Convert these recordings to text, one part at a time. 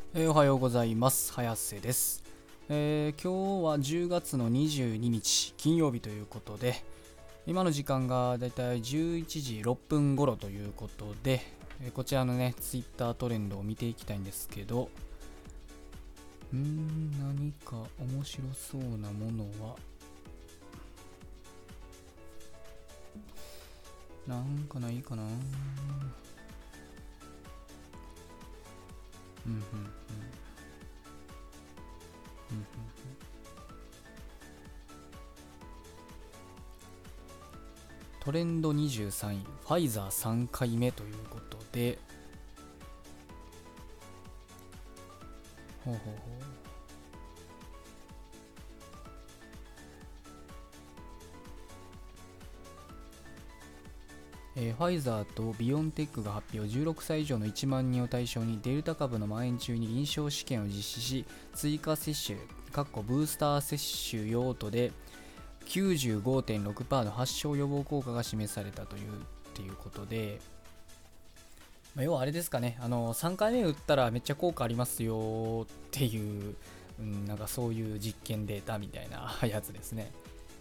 おはようございます。早瀬です。今日は10月の22日金曜日ということで、今の時間がだいたい11時6分頃ということで、こちらのね、ツイッタートレンドを見ていきたいんですけど、何か面白そうなものは、なんかないかな。うんうんうんうんうんトレンド23位、ファイザー3回目ということで、ほうほうほう。ファイザーとビオンテックが発表、16歳以上の1万人を対象にデルタ株の蔓延中に臨床試験を実施し、追加接種ブースター接種用途で 95.6% の発症予防効果が示されたということで、要はあれですかね、3回目打ったらめっちゃ効果ありますよっていう、なんかそういう実験データみたいなやつですね。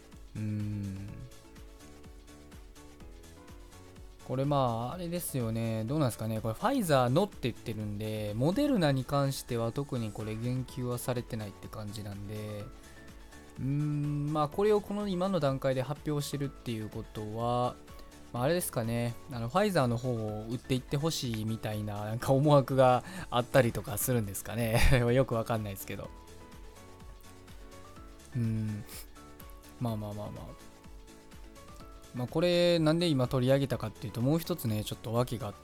これまああれですよね、どうなんですかね、これファイザーのって言ってるんで、モデルナに関しては特にこれ言及はされてないって感じなんで、まあこれをこの今の段階で発表してるっていうことは、あれですかね、ファイザーの方を打っていってほしいみたいな、なんか思惑があったりとかするんですかね。よくわかんないですけど。うーん、まあまあまあまあ。これなんで今取り上げたかっていうと、もう一つねちょっと訳があって、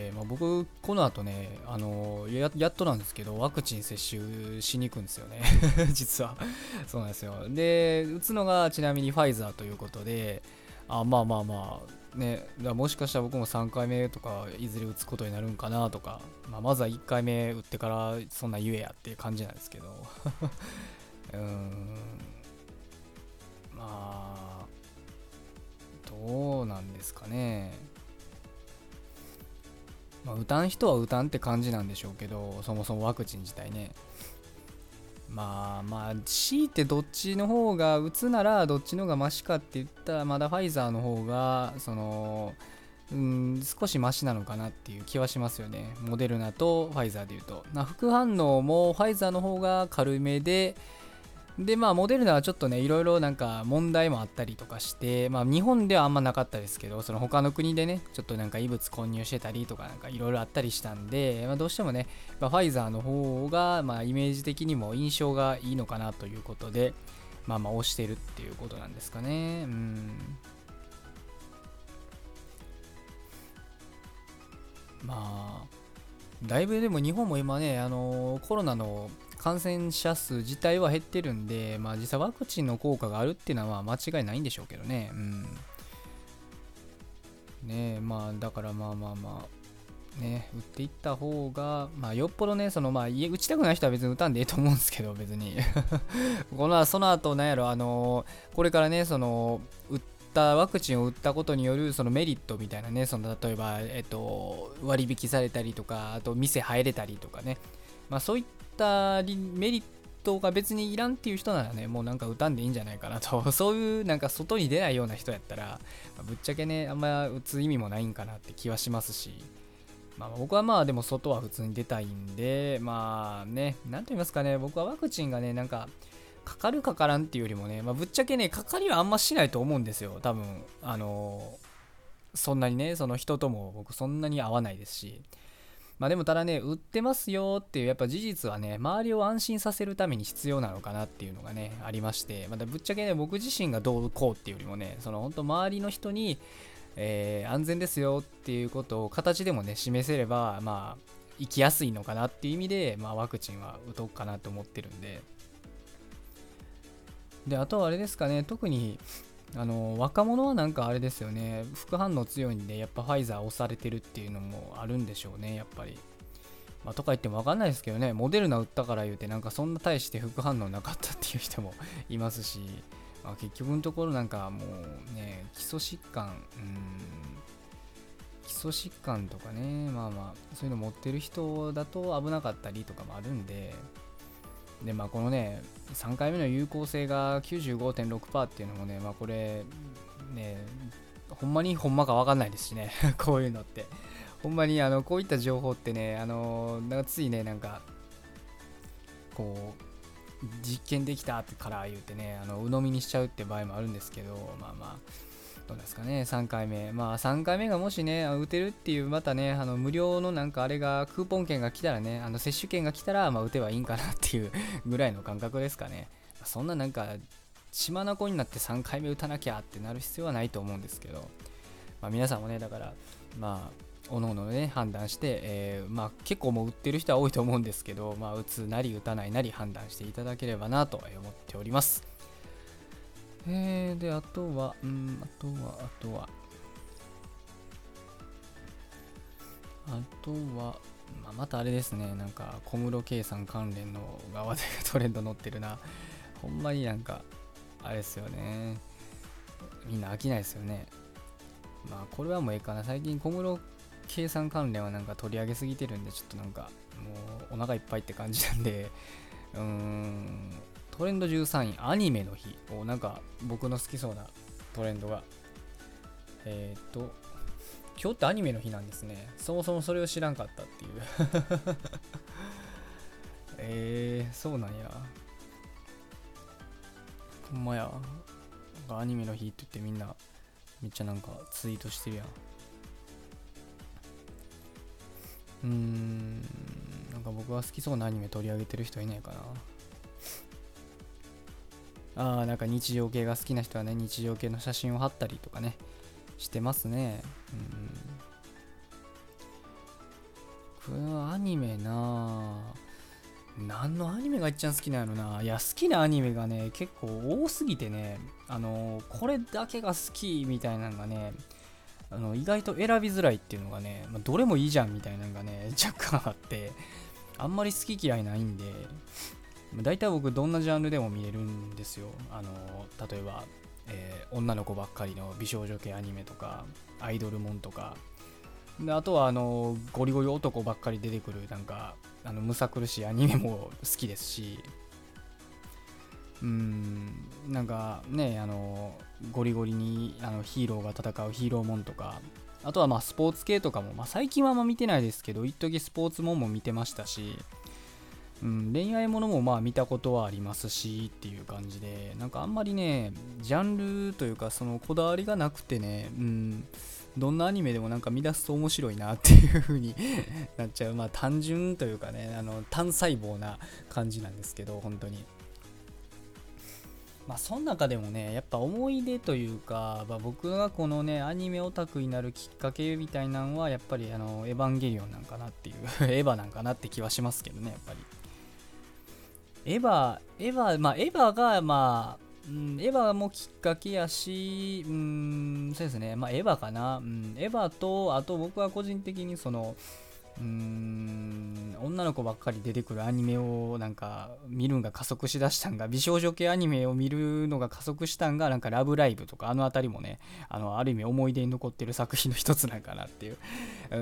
僕この後ねやっとなんですけどワクチン接種しに行くんですよね。実はそうなんですよ。で打つのがちなみにファイザーということで、まあまあまあね、だからもしかしたら僕も3回目とかいずれ打つことになるんかなとか、まずは1回目打ってからそんな言えやっていう感じなんですけど。うーん、まあどうなんですかね。打たん人は打たんって感じなんでしょうけど、そもそもワクチン自体ね。強いてどっちの方が打つならどっちの方がマシかって言ったら、まだファイザーの方が少しマシなのかなっていう気はしますよね。モデルナとファイザーで言うと、副反応もファイザーの方が軽めで、モデルナはちょっとね、いろいろなんか問題もあったりとかして、日本ではあんまなかったですけど、その他の国でね、ちょっとなんか異物混入してたりとか、なんかいろいろあったりしたんで、どうしてもね、ファイザーの方が、イメージ的にも印象がいいのかなということで、押してるっていうことなんですかね。まあ、だいぶでも日本も今ね、コロナの感染者数自体は減ってるんで、実際ワクチンの効果があるっていうのは間違いないんでしょうけどね。ねえ、だからね、打っていった方が、よっぽどね、打ちたくない人は別に打たんでいいと思うんですけど、別に。その後、なんやろ、これからね、ワクチンを打ったことによるそのメリットみたいなね、例えば、割引されたりとか、あと店入れたりとかね、そういったメリットが別にいらんっていう人ならね、もうなんか打たんでいいんじゃないかなと。そういうなんか外に出ないような人やったら、ぶっちゃけね、あんま打つ意味もないんかなって気はしますし、僕はでも外は普通に出たいんで、なんと言いますかね、僕はワクチンがね、なんか、かかるかからんっていうよりもね、ぶっちゃけね、かかりはあんましないと思うんですよ、多分。そんなにね、その人とも僕そんなに合わないですし。でもただね、売ってますよっていうやっぱ事実はね、周りを安心させるために必要なのかなっていうのがね、ありまして、ぶっちゃけね、僕自身がどうこうっていうよりもね、本当周りの人に、安全ですよっていうことを形でもね、示せれば、生きやすいのかなっていう意味で、ワクチンは打とうかなと思ってるんで。で、あとはあれですかね、特に、若者はなんかあれですよね、副反応強いんで、やっぱファイザー押されてるっていうのもあるんでしょうね、やっぱり。とか言っても分かんないですけどね、モデルナ打ったから言うて、なんかそんな大して副反応なかったっていう人もいますし、結局のところなんかもうね、基礎礎疾患とかね、まあまあ、そういうの持ってる人だと危なかったりとかもあるんで、で、まあこのね、3回目の有効性が 95.6% っていうのもね、まあこれ、ね、ほんまにほんまか分かんないですしね、こういうのって。ほんまにこういった情報ってね、なんかついね、なんか、こう、実験できたってから言うてね、鵜呑みにしちゃうって場合もあるんですけど、まあまあ、どうですかね、3回目。まあ3回目がもしね、打てるっていう、またね、無料のなんかあれが、クーポン券が来たらね、接種券が来たら、まあ打てばいいんかなっていうぐらいの感覚ですかね。そんななんか、血眼になって3回目打たなきゃってなる必要はないと思うんですけど、まあ皆さんもね、だから、まあ、おのおのね、判断して、まあ結構もう打ってる人は多いと思うんですけど、まあ打つなり打たないなり判断していただければなと思っております。で、あとは、まあ、またあれですね、なんか小室圭さん関連の側でトレンド載ってるな。ほんまになんか、あれですよね。みんな飽きないですよね。まあこれはもうええかな。最近小室圭さん関連はなんか取り上げすぎてるんで、ちょっとなんかもうお腹いっぱいって感じなんで、トレンド13位、アニメの日。なんか僕の好きそうなトレンドが。今日ってアニメの日なんですね。そもそもそれを知らんかったっていう。そうなんや。ほんまや。アニメの日って言ってみんなめっちゃなんかツイートしてるやん。なんか僕が好きそうなアニメ取り上げてる人いないかな。なんか日常系が好きな人はね、日常系の写真を貼ったりとかね、してますね。このアニメ何のアニメが一番好きなのな。いや、好きなアニメがね、結構多すぎてね、これだけが好きみたいなのがね、意外と選びづらいっていうのがね、どれもいいじゃんみたいなのがね、若干あって、あんまり好き嫌いないんで、大体僕どんなジャンルでも見れるんですよ。例えば、女の子ばっかりの美少女系アニメとか、アイドルもんとか、であとはゴリゴリ男ばっかり出てくるなんかむさ苦しいアニメも好きですし、なんかねゴリゴリにヒーローが戦うヒーローもんとか、あとはまあスポーツ系とかも、最近はあんま見てないですけど、一時スポーツもんも見てましたし、恋愛ものもまあ見たことはありますしっていう感じで、なんかあんまりねジャンルというかそのこだわりがなくてね、どんなアニメでもなんか見出すと面白いなっていう風になっちゃう、まあ単純というかね、単細胞な感じなんですけど、本当にその中でもね、やっぱ思い出というか、僕がこのねアニメオタクになるきっかけみたいなのはやっぱりエヴァンゲリオンなんかなっていうエヴァなんかなって気はしますけどね。やっぱりエヴァがエヴァもきっかけやし、そうですね、エヴァかな、エヴァと、あと僕は個人的に女の子ばっかり出てくるアニメをなんか見るんが加速しだしたんが、美少女系アニメを見るのが加速したんが、なんかラブライブとかあたりもね、ある意味思い出に残ってる作品の一つなんかなっていう。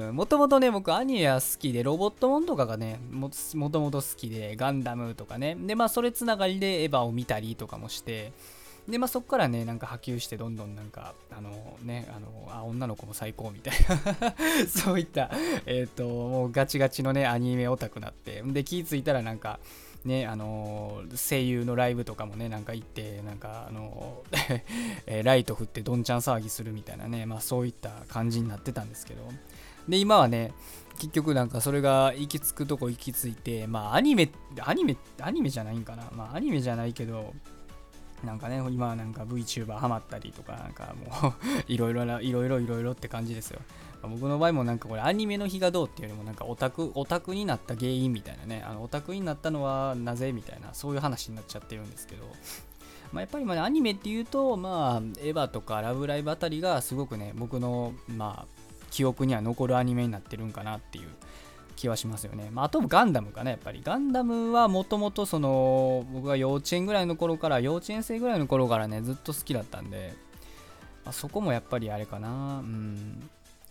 もともとね、僕アニメは好きで、ロボットもんとかがね、もともと好きで、ガンダムとかね、で、それつながりでエヴァを見たりとかもして、で、そっからね、なんか波及して、どんどんなんか、女の子も最高みたいなそういった、もうガチガチのね、アニメオタクになって、で、気ぃついたらなんか、ね、声優のライブとかもね、なんか行って、なんか、ライト振ってどんちゃん騒ぎするみたいなね、そういった感じになってたんですけど、で、今はね、結局なんかそれが行き着くとこ行き着いて、アニメじゃないんかな、アニメじゃないけど、なんかね、今はなんか VTuber ハマったりとか、なんかもういろいろって感じですよ。僕の場合もなんかこれアニメの日がどうっていうよりもなんかオタクになった原因みたいなね、オタクになったのはなぜみたいな、そういう話になっちゃってるんですけど、やっぱりアニメっていうと、エヴァとかラブライブあたりがすごくね、僕の記憶には残るアニメになってるんかなっていう気はしますよね。あとガンダムかな、やっぱりガンダムはもともとその僕が幼稚園生ぐらいの頃からねずっと好きだったんで、そこもやっぱりあれかな、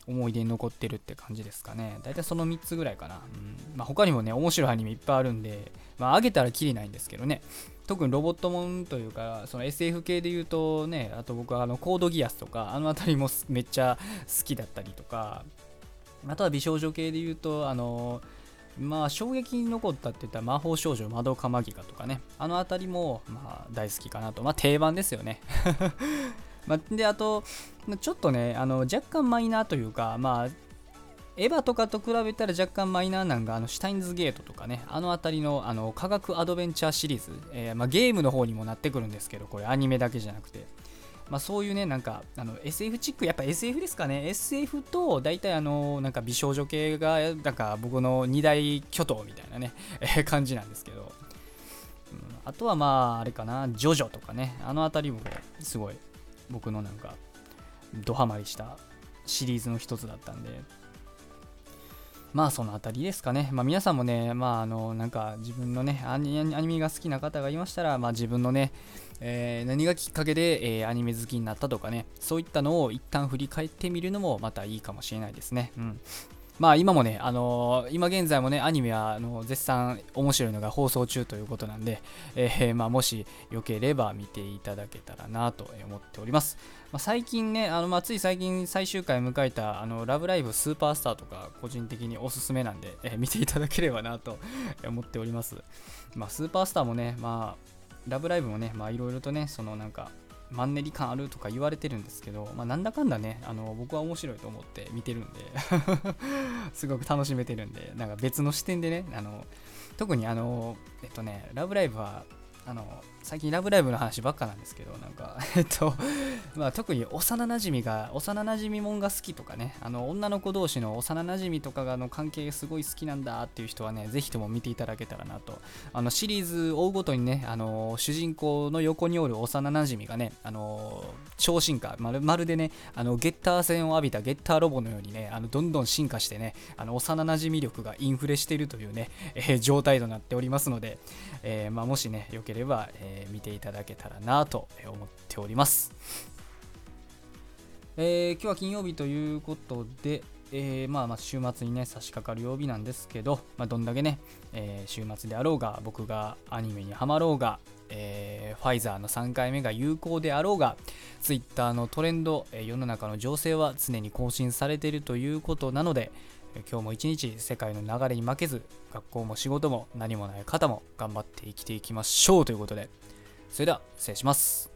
思い出に残ってるって感じですかね。だいたいその3つぐらいかな。他にもね、面白いアニメいっぱいあるんで、あげたらきりないんですけどね。特にロボットもんというか、その SF 系で言うとね、あと僕はコードギアスとか、あの辺りもめっちゃ好きだったりとか、あとは美少女系で言うと、衝撃に残ったって言ったら魔法少女マドカマギカとかね、あの辺りも大好きかなと。定番ですよね。で、あと、ちょっとね、若干マイナーというか、エヴァとかと比べたら若干マイナーなんが、シュタインズゲートとかね、あの辺りの、科学アドベンチャーシリーズ、ゲームの方にもなってくるんですけど、これアニメだけじゃなくて、そういうね、なんか、SF チック、やっぱ SF ですかね、SF と、大体なんか美少女系が、なんか僕の二大巨頭みたいなね、感じなんですけど、あとはあれかな、ジョジョとかね、あの辺りもすごい、僕のなんかドハマりしたシリーズの一つだったんで、そのあたりですかね。皆さんもね、なんか自分のね、アニメが好きな方がいましたら、自分のね、何がきっかけで、アニメ好きになったとかね、そういったのを一旦振り返ってみるのもまたいいかもしれないですね。今もね、今現在もね、アニメは絶賛面白いのが放送中ということなんで、もしよければ見ていただけたらなと思っております。最近ね、つい最近最終回迎えたラブライブスーパースターとか個人的におすすめなんで、見ていただければなと思っております。スーパースターもね、ラブライブもね、いろいろとね、そのなんか、マンネリ感あるとか言われてるんですけど、なんだかんだね、僕は面白いと思って見てるんですごく楽しめてるんで、なんか別の視点でね、特にラブライブは最近ラブライブの話ばっかなんですけど、なんか特に幼馴染もんが好きとかね、女の子同士の幼馴染とかが関係すごい好きなんだっていう人はね、ぜひとも見ていただけたらなと。シリーズ追うごとにね、主人公の横におる幼馴染がね、超進化、まるでね、ゲッター戦を浴びたゲッターロボのようにね、どんどん進化してね、幼馴染力がインフレしているというね、状態となっておりますので、もしね、よければ、見ていただけたらなと思っております。今日は金曜日ということで、週末にね差し掛かる曜日なんですけど、どんだけね、週末であろうが僕がアニメにハマろうが、ファイザーの3回目が有効であろうが、ツイッターのトレンド、世の中の情勢は常に更新されているということなので、今日も一日世界の流れに負けず、学校も仕事も何もない方も頑張って生きていきましょうということで、それでは失礼します。